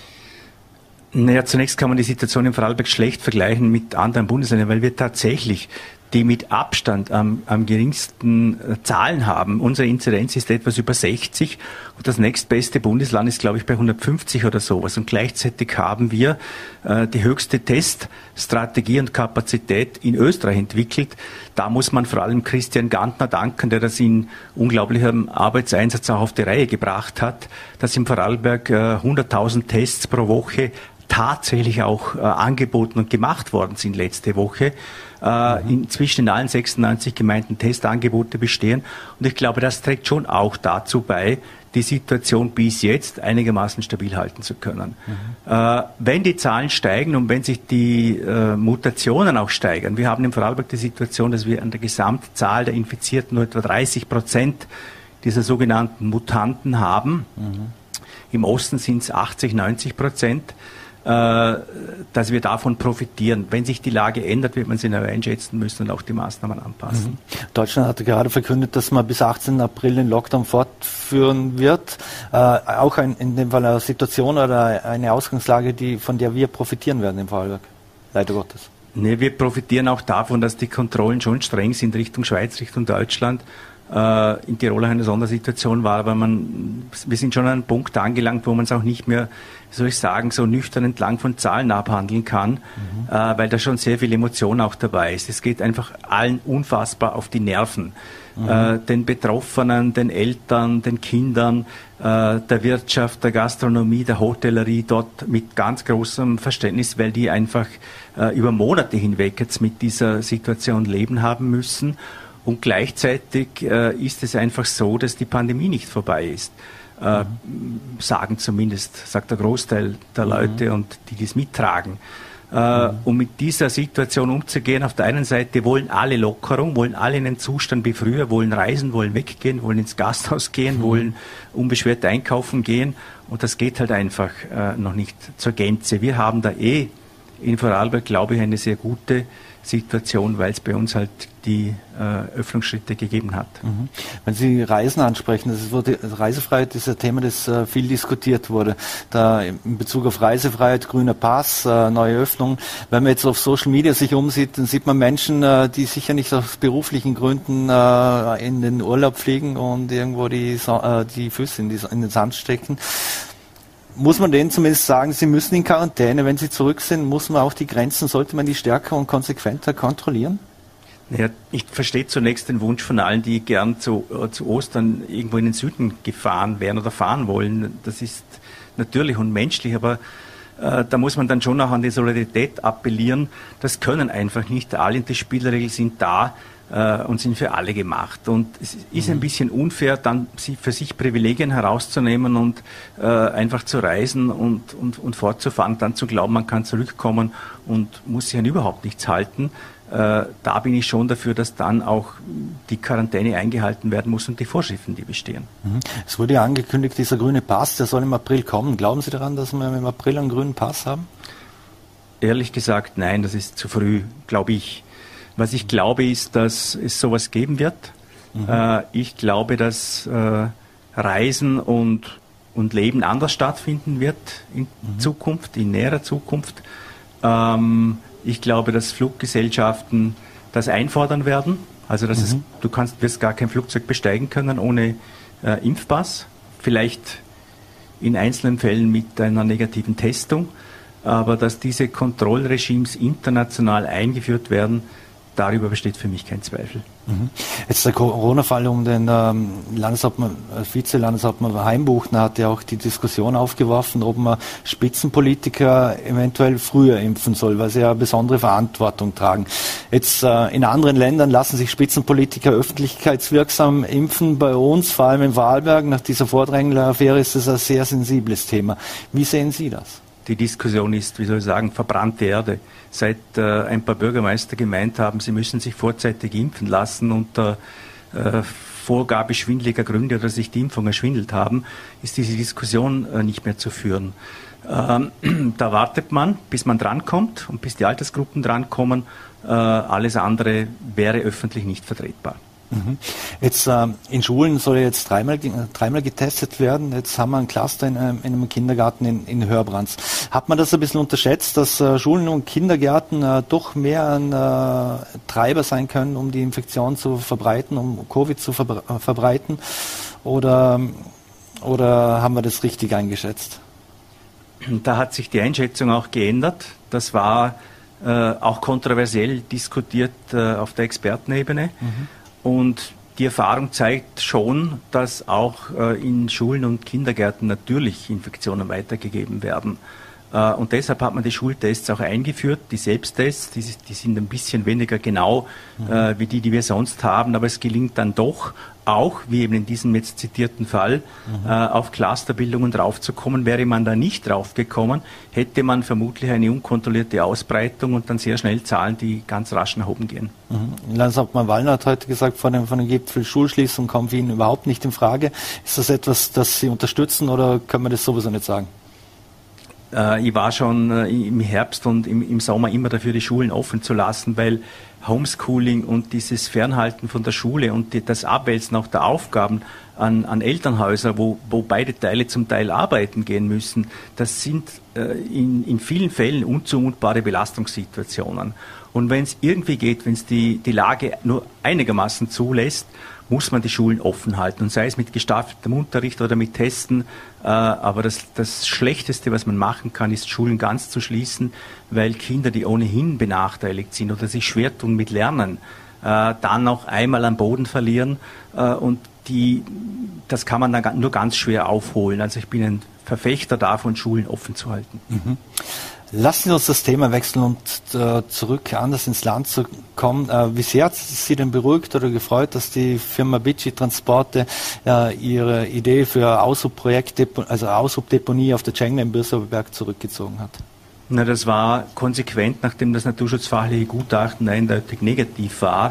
Naja, zunächst kann man die Situation im Vorarlberg schlecht vergleichen mit anderen Bundesländern, weil wir tatsächlich die mit Abstand am geringsten Zahlen haben. Unsere Inzidenz ist etwas über 60 und das nächstbeste Bundesland ist, glaube ich, bei 150 oder sowas. Und gleichzeitig haben wir die höchste Teststrategie und Kapazität in Österreich entwickelt. Da muss man vor allem Christian Gantner danken, der das in unglaublichem Arbeitseinsatz auch auf die Reihe gebracht hat, dass im Vorarlberg 100.000 Tests pro Woche tatsächlich auch angeboten und gemacht worden sind letzte Woche. Inzwischen in allen 96 Gemeinden Testangebote bestehen. Und ich glaube, das trägt schon auch dazu bei, die Situation bis jetzt einigermaßen stabil halten zu können. Wenn die Zahlen steigen und wenn sich die Mutationen auch steigern, wir haben im Vorarlberg die Situation, dass wir an der Gesamtzahl der Infizierten nur etwa 30% dieser sogenannten Mutanten haben. Im Osten sind es 80-90%. Dass wir davon profitieren. Wenn sich die Lage ändert, wird man sie neu einschätzen müssen und auch die Maßnahmen anpassen.
Deutschland hatte gerade verkündet, dass man bis 18. April den Lockdown fortführen wird. Auch in dem Fall eine Situation oder eine Ausgangslage, von der wir profitieren werden im Vorarlberg. Leider Gottes.
Nee, wir profitieren auch davon, dass die Kontrollen schon streng sind Richtung Schweiz, Richtung Deutschland. In Tirol eine Sondersituation war, aber wir sind schon an einen Punkt angelangt, wo man es auch nicht mehr, soll ich sagen, so nüchtern entlang von Zahlen abhandeln kann, weil da schon sehr viel Emotion auch dabei ist. Es geht einfach allen unfassbar auf die Nerven. Den Betroffenen, den Eltern, den Kindern, der Wirtschaft, der Gastronomie, der Hotellerie dort mit ganz großem Verständnis, weil die einfach über Monate hinweg jetzt mit dieser Situation leben haben müssen. Und gleichzeitig ist es einfach so, dass die Pandemie nicht vorbei ist. Sagt der Großteil der Leute und die das mittragen. Um mit dieser Situation umzugehen, auf der einen Seite wollen alle Lockerung, wollen alle in einen Zustand wie früher, wollen reisen, wollen weggehen, wollen ins Gasthaus gehen, wollen unbeschwert einkaufen gehen. Und das geht halt einfach noch nicht zur Gänze. Wir haben da in Vorarlberg, glaube ich, eine sehr gute Situation, weil es bei uns halt die Öffnungsschritte gegeben hat.
Wenn Sie Reisen ansprechen, Reisefreiheit ist ein Thema, das viel diskutiert wurde. Da in Bezug auf Reisefreiheit, grüner Pass, neue Öffnung. Wenn man jetzt auf Social Media sich umsieht, dann sieht man Menschen, die sicher nicht aus beruflichen Gründen in den Urlaub fliegen und irgendwo die Füße in den Sand stecken. Muss man denen zumindest sagen, sie müssen in Quarantäne, wenn sie zurück sind, muss man auch die Grenzen, sollte man die stärker und konsequenter kontrollieren?
Ja, ich verstehe zunächst den Wunsch von allen, die gern zu Ostern irgendwo in den Süden gefahren wären oder fahren wollen. Das ist natürlich und menschlich, aber da muss man dann schon auch an die Solidarität appellieren. Das können einfach nicht alle und die Spielregeln sind da und sind für alle gemacht. Und es ist ein bisschen unfair, dann für sich Privilegien herauszunehmen und einfach zu reisen und fortzufahren, dann zu glauben, man kann zurückkommen und muss sich an überhaupt nichts halten. Da bin ich schon dafür, dass dann auch die Quarantäne eingehalten werden muss und die Vorschriften, die bestehen.
Es wurde ja angekündigt, dieser grüne Pass, der soll im April kommen. Glauben Sie daran, dass wir im April einen grünen Pass haben?
Ehrlich gesagt, nein, das ist zu früh, glaube ich. Was ich glaube, ist, dass es sowas geben wird. Ich glaube, dass Reisen und Leben anders stattfinden wird in Zukunft, in näherer Zukunft. Ich glaube, dass Fluggesellschaften das einfordern werden. Also dass du wirst gar kein Flugzeug besteigen können ohne Impfpass. Vielleicht in einzelnen Fällen mit einer negativen Testung. Aber dass diese Kontrollregimes international eingeführt werden, darüber besteht für mich kein Zweifel. Jetzt
der Corona-Fall um den Vize-Landeshauptmann Heimbuchner hat ja auch die Diskussion aufgeworfen, ob man Spitzenpolitiker eventuell früher impfen soll, weil sie ja besondere Verantwortung tragen. Jetzt in anderen Ländern lassen sich Spitzenpolitiker öffentlichkeitswirksam impfen. Bei uns, vor allem in Vorarlberg, nach dieser Vordrängler-Affäre ist das ein sehr sensibles Thema. Wie sehen Sie das?
Die Diskussion ist, wie soll ich sagen, verbrannte Erde. Seit ein paar Bürgermeister gemeint haben, sie müssen sich vorzeitig impfen lassen unter Vorgabe schwindeliger Gründe oder sich die Impfung erschwindelt haben, ist diese Diskussion nicht mehr zu führen. Da wartet man, bis man drankommt und bis die Altersgruppen drankommen. Alles andere wäre öffentlich nicht vertretbar.
Jetzt in Schulen soll jetzt dreimal getestet werden. Jetzt haben wir ein Cluster in einem Kindergarten in Hörbrands. Hat man das ein bisschen unterschätzt, dass Schulen und Kindergärten doch mehr ein Treiber sein können, um die Infektion zu verbreiten, um Covid zu verbreiten? Oder haben wir das richtig eingeschätzt?
Da hat sich die Einschätzung auch geändert. Das war auch kontroversiell diskutiert auf der Expertenebene. Und die Erfahrung zeigt schon, dass auch in Schulen und Kindergärten natürlich Infektionen weitergegeben werden. Und deshalb hat man die Schultests auch eingeführt, die Selbsttests, die sind ein bisschen weniger genau wie die wir sonst haben, aber es gelingt dann doch auch, wie eben in diesem jetzt zitierten Fall, auf Clusterbildungen draufzukommen. Wäre man da nicht draufgekommen, hätte man vermutlich eine unkontrollierte Ausbreitung und dann sehr schnell Zahlen, die ganz rasch nach oben gehen.
Landeshauptmann Wallner hat heute gesagt, von dem Gipfel Schulschließung kommt für ihn überhaupt nicht in Frage. Ist das etwas, das Sie unterstützen oder können wir das sowieso nicht sagen?
Ich war schon im Herbst und im Sommer immer dafür, die Schulen offen zu lassen, weil Homeschooling und dieses Fernhalten von der Schule und das Abwälzen auch der Aufgaben an Elternhäuser, wo beide Teile zum Teil arbeiten gehen müssen, das sind in vielen Fällen unzumutbare Belastungssituationen. Und wenn es irgendwie geht, wenn es die Lage nur einigermaßen zulässt, muss man die Schulen offen halten. Und sei es mit gestaffeltem Unterricht oder mit Testen. Aber das Schlechteste, was man machen kann, ist Schulen ganz zu schließen, weil Kinder, die ohnehin benachteiligt sind oder sich schwer tun mit Lernen, dann noch einmal am Boden verlieren. Und das kann man dann nur ganz schwer aufholen. Also ich bin ein Verfechter davon, Schulen offen zu halten.
Lassen Sie uns das Thema wechseln und zurück anders ins Land zu kommen. Wie sehr hat Sie denn beruhigt oder gefreut, dass die Firma Bitschi Transporte ihre Idee für Aushubdeponie auf der Tschengler im Bürsauberg zurückgezogen hat?
Na, das war konsequent, nachdem das naturschutzfachliche Gutachten eindeutig negativ war.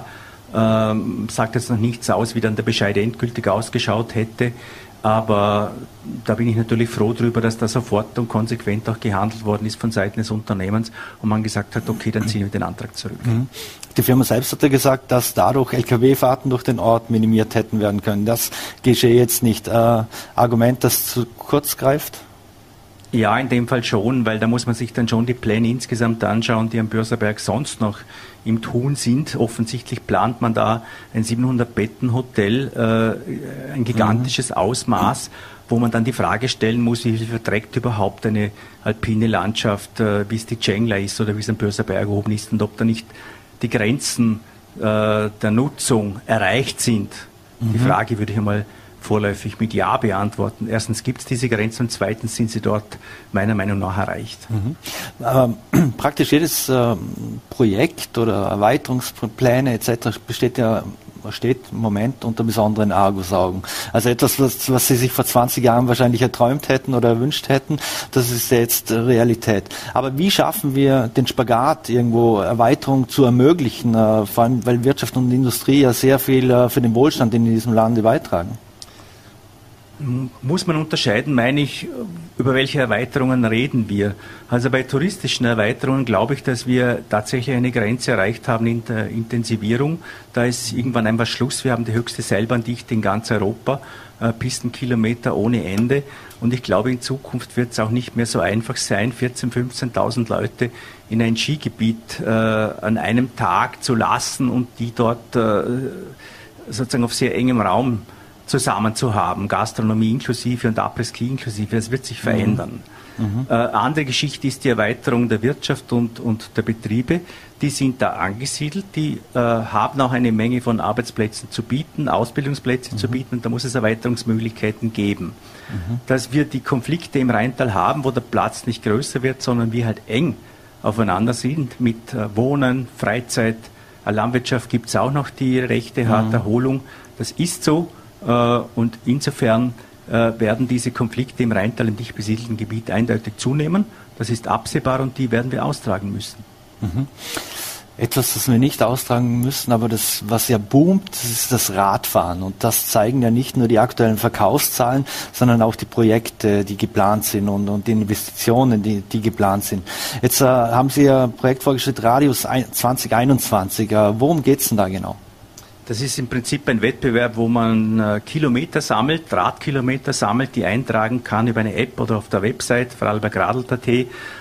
Sagt jetzt noch nichts aus, wie dann der Bescheid endgültig ausgeschaut hätte. Aber da bin ich natürlich froh darüber, dass da sofort und konsequent auch gehandelt worden ist von Seiten des Unternehmens und man gesagt hat, okay, dann ziehen wir den Antrag zurück.
Die Firma selbst hat ja gesagt, dass dadurch Lkw-Fahrten durch den Ort minimiert hätten werden können. Das geschehe jetzt nicht. Argument, das zu kurz greift?
Ja, in dem Fall schon, weil da muss man sich dann schon die Pläne insgesamt anschauen, die am Bürsauberg sonst noch im Tun sind. Offensichtlich plant man da ein 700-Betten-Hotel, ein gigantisches Ausmaß, wo man dann die Frage stellen muss, wie viel verträgt überhaupt eine alpine Landschaft, wie es die Tschengler ist oder wie es am Bürsauberg oben ist und ob da nicht die Grenzen der Nutzung erreicht sind. Die Frage würde ich einmal vorläufig mit Ja beantworten. Erstens gibt es diese Grenzen und zweitens sind sie dort meiner Meinung nach erreicht.
Praktisch jedes Projekt oder Erweiterungspläne etc. steht im Moment unter besonderen Argusaugen. Also etwas, was Sie sich vor 20 Jahren wahrscheinlich erträumt hätten oder erwünscht hätten, das ist ja jetzt Realität. Aber wie schaffen wir den Spagat, irgendwo Erweiterung zu ermöglichen, vor allem weil Wirtschaft und Industrie ja sehr viel für den Wohlstand in diesem Lande beitragen?
Muss man unterscheiden, meine ich, über welche Erweiterungen reden wir. Also bei touristischen Erweiterungen glaube ich, dass wir tatsächlich eine Grenze erreicht haben in der Intensivierung. Da ist irgendwann einfach Schluss. Wir haben die höchste Seilbahndichte in ganz Europa, Pistenkilometer ohne Ende. Und ich glaube, in Zukunft wird es auch nicht mehr so einfach sein, 14.000, 15.000 Leute in ein Skigebiet an einem Tag zu lassen und die dort sozusagen auf sehr engem Raum zusammen zu haben, Gastronomie inklusive und Après-Ski inklusive, das wird sich verändern. Andere Geschichte ist die Erweiterung der Wirtschaft und der Betriebe, die sind da angesiedelt, die haben auch eine Menge von Arbeitsplätzen zu bieten, Ausbildungsplätze zu bieten und da muss es Erweiterungsmöglichkeiten geben. Dass wir die Konflikte im Rheintal haben, wo der Platz nicht größer wird, sondern wir halt eng aufeinander sind mit Wohnen, Freizeit, Landwirtschaft gibt es auch noch, die Rechte hat, Erholung, das ist so. Und insofern werden diese Konflikte im Rheintal, im dicht besiedelten Gebiet eindeutig zunehmen. Das ist absehbar und die werden wir austragen müssen.
Etwas, das wir nicht austragen müssen, aber das, was ja boomt, das ist das Radfahren. Und das zeigen ja nicht nur die aktuellen Verkaufszahlen, sondern auch die Projekte, die geplant sind und die Investitionen, die geplant sind. Jetzt haben Sie Ihr Projekt vorgestellt, Radius 2021. Worum geht's denn da genau?
Das ist im Prinzip ein Wettbewerb, wo man Kilometer sammelt, Radkilometer sammelt, die eintragen kann über eine App oder auf der Website, vorarlbergradelt.at.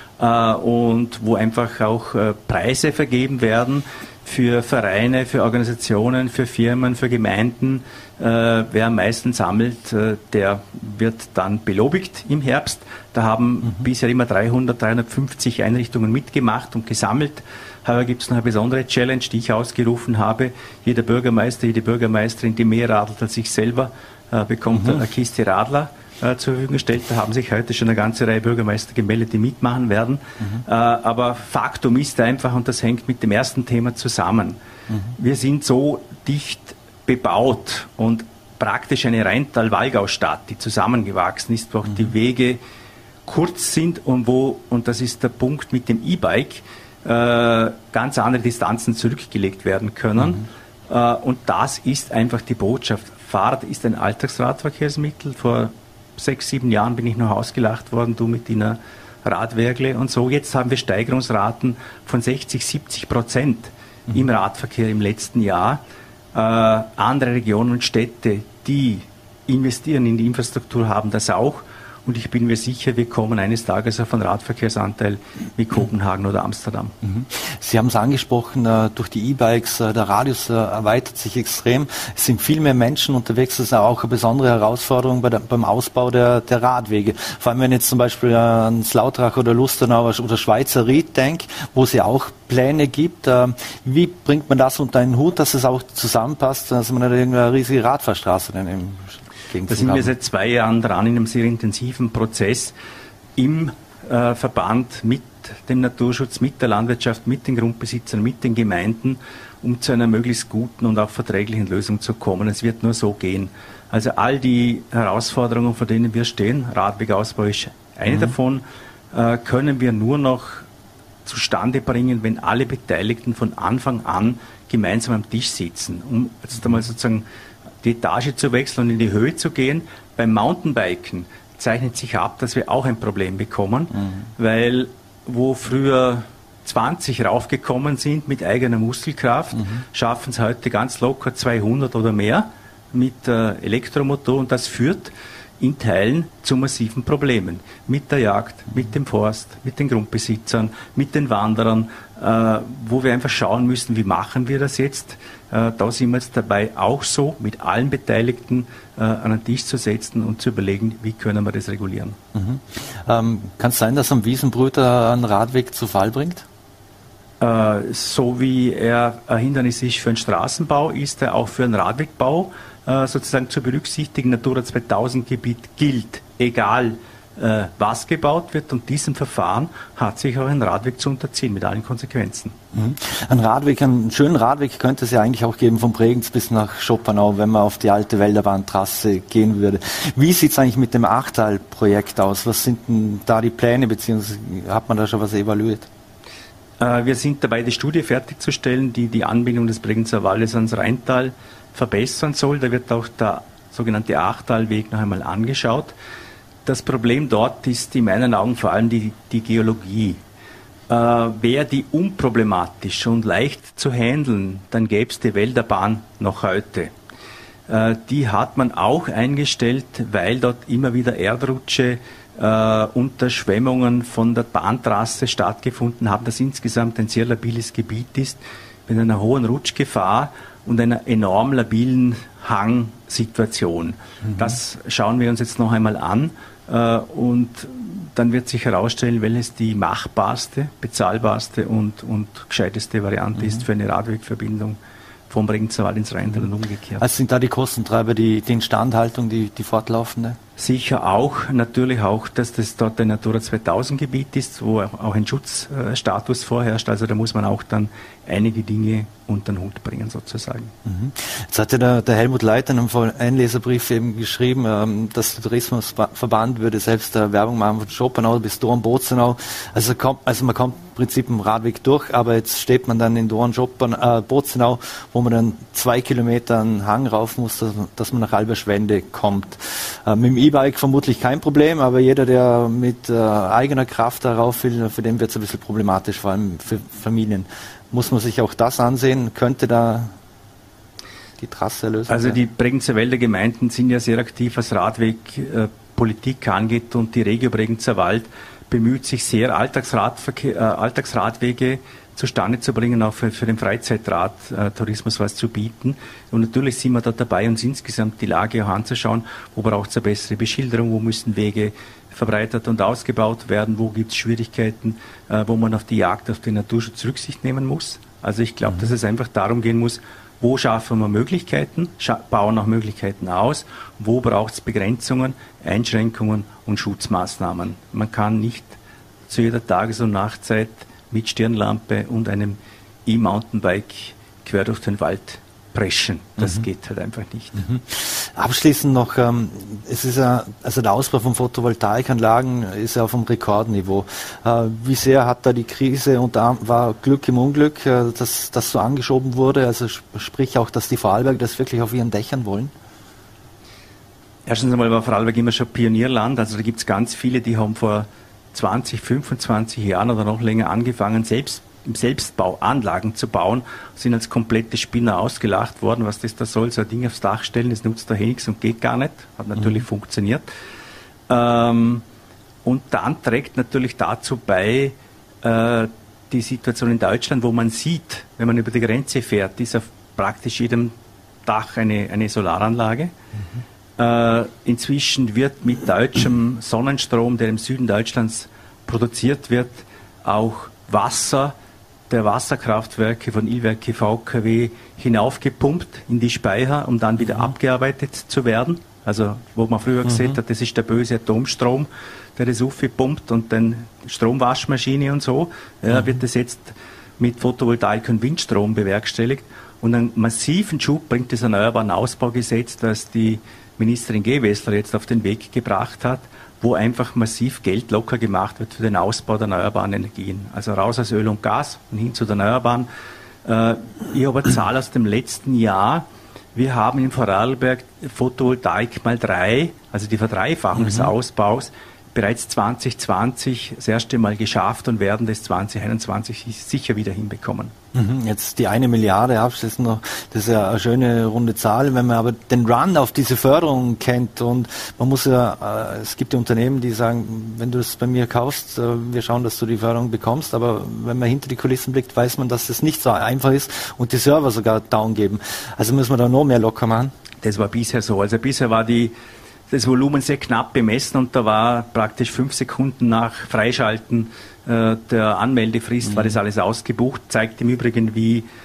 Und wo einfach auch Preise vergeben werden für Vereine, für Organisationen, für Firmen, für Gemeinden. Wer am meisten sammelt, der wird dann belobigt im Herbst. Da haben bisher immer 300, 350 Einrichtungen mitgemacht und gesammelt. Heuer gibt es noch eine besondere Challenge, die ich ausgerufen habe. Jeder Bürgermeister, jede Bürgermeisterin, die mehr radelt als ich selber, bekommt eine Kiste Radler zur Verfügung gestellt. Da haben sich heute schon eine ganze Reihe Bürgermeister gemeldet, die mitmachen werden. Aber Faktum ist einfach, und das hängt mit dem ersten Thema zusammen, wir sind so dicht bebaut und praktisch eine Rheintal-Wallgau-Stadt, die zusammengewachsen ist, wo auch die Wege kurz sind und wo, und das ist der Punkt mit dem E-Bike, ganz andere Distanzen zurückgelegt werden können. Und das ist einfach die Botschaft. Fahrrad ist ein Alltagsradverkehrsmittel. Vor 6, 7 Jahren bin ich noch ausgelacht worden, du mit deiner Radwergle und so. Jetzt haben wir Steigerungsraten von 60-70% im Radverkehr im letzten Jahr. Andere Regionen und Städte, die investieren in die Infrastruktur, haben das auch. Und ich bin mir sicher, wir kommen eines Tages auf einen Radverkehrsanteil wie Kopenhagen oder Amsterdam.
Sie haben es angesprochen, durch die E-Bikes, der Radius erweitert sich extrem. Es sind viel mehr Menschen unterwegs. Das ist auch eine besondere Herausforderung beim Ausbau der Radwege. Vor allem, wenn ich jetzt zum Beispiel ans Lautrach oder Lustenau oder Schweizer Ried denke, wo es ja auch Pläne gibt. Wie bringt man das unter einen Hut, dass es auch zusammenpasst, dass man nicht irgendeine riesige Radfahrstraße dann im
Da sind wir seit 2 Jahren dran in einem sehr intensiven Prozess im Verband mit dem Naturschutz, mit der Landwirtschaft, mit den Grundbesitzern, mit den Gemeinden, um zu einer möglichst guten und auch verträglichen Lösung zu kommen. Es wird nur so gehen. Also all die Herausforderungen, vor denen wir stehen, Radwegausbau ist eine davon, können wir nur noch zustande bringen, wenn alle Beteiligten von Anfang an gemeinsam am Tisch sitzen, um jetzt einmal sozusagen die Etage zu wechseln und in die Höhe zu gehen. Beim Mountainbiken zeichnet sich ab, dass wir auch ein Problem bekommen, weil wo früher 20 raufgekommen sind mit eigener Muskelkraft, schaffen es heute ganz locker 200 oder mehr mit Elektromotor, und das führt in Teilen zu massiven Problemen mit der Jagd, mit dem Forst, mit den Grundbesitzern, mit den Wanderern, wo wir einfach schauen müssen, wie machen wir das jetzt. Da sind wir jetzt dabei, auch so mit allen Beteiligten an den Tisch zu setzen und zu überlegen, wie können wir das regulieren.
Kann es sein, dass am Wiesenbrüter ein Radweg zu Fall bringt?
So wie er ein Hindernis ist für einen Straßenbau, ist er auch für einen Radwegbau sozusagen zu berücksichtigen. Natura 2000 Gebiet gilt, egal was gebaut wird, und diesem Verfahren hat sich auch ein Radweg zu unterziehen, mit allen Konsequenzen.
Ein Radweg, einen schönen Radweg könnte es ja eigentlich auch geben, von Bregenz bis nach Schopenau, wenn man auf die alte Wälderbahntrasse gehen würde. Wie sieht es eigentlich mit dem Achtal-Projekt aus? Was sind denn da die Pläne, beziehungsweise hat man da schon was evaluiert?
Wir sind dabei, die Studie fertigzustellen, die die Anbindung des Bregenzer Waldes ans Rheintal verbessern soll. Da wird auch der sogenannte Achtalweg noch einmal angeschaut. Das Problem dort ist in meinen Augen vor allem die Geologie. Wäre die unproblematisch und leicht zu handeln, dann gäbe es die Wälderbahn noch heute. Die hat man auch eingestellt, weil dort immer wieder Erdrutsche Unterschwemmungen von der Bahntrasse stattgefunden haben, das insgesamt ein sehr labiles Gebiet ist, mit einer hohen Rutschgefahr und einer enorm labilen Hangsituation. Das schauen wir uns jetzt noch einmal an, und dann wird sich herausstellen, welches die machbarste, bezahlbarste und gescheiteste Variante ist für eine Radwegverbindung vom Bregenzer Wald ins Rheintal und umgekehrt.
Also sind da die Kostentreiber die Instandhaltung, die fortlaufende?
sicher auch, natürlich auch, dass das dort ein Natura 2000 Gebiet ist, wo auch ein Schutzstatus vorherrscht. Also da muss man auch dann einige Dinge unter den Hut bringen, sozusagen.
Jetzt hat ja der Helmut Leiter in einem Einleserbrief eben geschrieben, dass der Tourismusverband würde selbst Werbung machen von Schopenau bis Doorn-Bozenau. Also man kommt im Prinzip im Radweg durch, aber jetzt steht man dann in Doorn-Bozenau, wo man dann 2 Kilometer einen Hang rauf muss, dass man nach Alberschwende kommt. Mit dem E-Bike vermutlich kein Problem, aber jeder, der mit eigener Kraft darauf will, für den wird es ein bisschen problematisch, vor allem für Familien. Muss man sich auch das ansehen? Könnte da die Trasse lösen?
Also die Bregenzer Wälder Gemeinden sind ja sehr aktiv, was Radwegpolitik angeht, und die Regio Bregenzer Wald bemüht sich sehr, Alltagsradwege zustande zu bringen, auch für den Freizeitradtourismus was zu bieten. Und natürlich sind wir da dabei, uns insgesamt die Lage auch anzuschauen, wo braucht es eine bessere Beschilderung, wo müssen Wege verbreitert und ausgebaut werden, wo gibt es Schwierigkeiten, wo man auf die Jagd, auf den Naturschutz Rücksicht nehmen muss. Also ich glaube, dass es einfach darum gehen muss, wo schaffen wir Möglichkeiten, bauen auch Möglichkeiten aus, wo braucht es Begrenzungen, Einschränkungen und Schutzmaßnahmen. Man kann nicht zu jeder Tages- und Nachtzeit mit Stirnlampe und einem E-Mountainbike quer durch den Wald preschen. Das geht halt einfach nicht.
Abschließend noch, es ist ja, also der Ausbau von Photovoltaikanlagen ist ja auf einem Rekordniveau. Wie sehr hat da die Krise und da war Glück im Unglück, dass das so angeschoben wurde? Also sprich auch, dass die Vorarlberger das wirklich auf ihren Dächern wollen?
Erstens einmal war Vorarlberg immer schon Pionierland. Also da gibt es ganz viele, die haben vor 20, 25 Jahren oder noch länger angefangen, im Selbstbau Anlagen zu bauen, sind als komplette Spinner ausgelacht worden, was das da soll, so ein Ding aufs Dach stellen, das nutzt da nichts und geht gar nicht, hat natürlich funktioniert. Und dann trägt natürlich dazu bei die Situation in Deutschland, wo man sieht, wenn man über die Grenze fährt, ist auf praktisch jedem Dach eine Solaranlage. Inzwischen wird mit deutschem Sonnenstrom, der im Süden Deutschlands produziert wird, auch Wasser der Wasserkraftwerke von Ilwerke VKW hinaufgepumpt in die Speicher, um dann wieder abgearbeitet zu werden. Also wo man früher gesehen hat, das ist der böse Atomstrom, der das aufpumpt und dann Stromwaschmaschine und so, wird das jetzt mit Photovoltaik und Windstrom bewerkstelligt. Und einen massiven Schub bringt das Erneuerbaren Ausbaugesetz, das die Ministerin Gewessler jetzt auf den Weg gebracht hat, wo einfach massiv Geld locker gemacht wird für den Ausbau der erneuerbaren Energien. Also raus aus Öl und Gas und hin zu der Erneuerbaren. Ich habe eine Zahl aus dem letzten Jahr. Wir haben in Vorarlberg Photovoltaik mal 3, also die Verdreifachung des Ausbaus, bereits 2020 das erste Mal geschafft und werden das 2021 sicher wieder hinbekommen.
Jetzt die 1 Milliarde abschließend noch, das ist ja eine schöne runde Zahl, wenn man aber den Run auf diese Förderung kennt und man muss ja, es gibt ja Unternehmen, die sagen, wenn du es bei mir kaufst, wir schauen, dass du die Förderung bekommst, aber wenn man hinter die Kulissen blickt, weiß man, dass das nicht so einfach ist und die Server sogar down geben. Also müssen wir da noch mehr locker machen?
Das war bisher so. Also bisher war das Volumen sehr knapp bemessen und da war praktisch 5 Sekunden nach Freischalten der Anmeldefrist war das alles ausgebucht. Zeigt im Übrigen,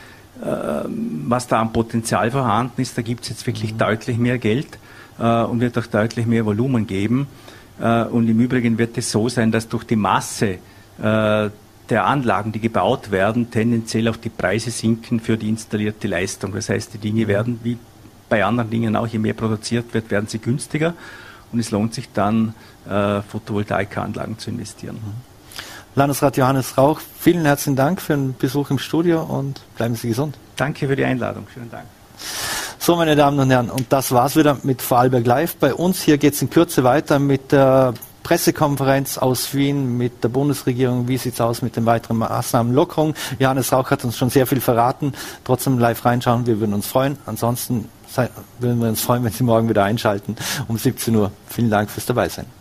was da an Potenzial vorhanden ist. Da gibt es jetzt wirklich deutlich mehr Geld und wird auch deutlich mehr Volumen geben. Und im Übrigen wird es so sein, dass durch die Masse der Anlagen, die gebaut werden, tendenziell auch die Preise sinken für die installierte Leistung. Das heißt, die Dinge werden, wie bei anderen Dingen auch, je mehr produziert wird, werden sie günstiger und es lohnt sich dann, Photovoltaikanlagen zu investieren.
Landesrat Johannes Rauch, vielen herzlichen Dank für den Besuch im Studio und bleiben Sie gesund.
Danke für die Einladung. Vielen Dank.
So, meine Damen und Herren, und das war's wieder mit Vorarlberg Live. Bei uns hier geht's in Kürze weiter mit der Pressekonferenz aus Wien mit der Bundesregierung. Wie sieht's aus mit den weiteren Maßnahmen, Lockerung? Johannes Rauch hat uns schon sehr viel verraten. Trotzdem live reinschauen, wir würden uns freuen. Ansonsten würden wir uns freuen, wenn Sie morgen wieder einschalten um 17 Uhr. Vielen Dank fürs Dabeisein.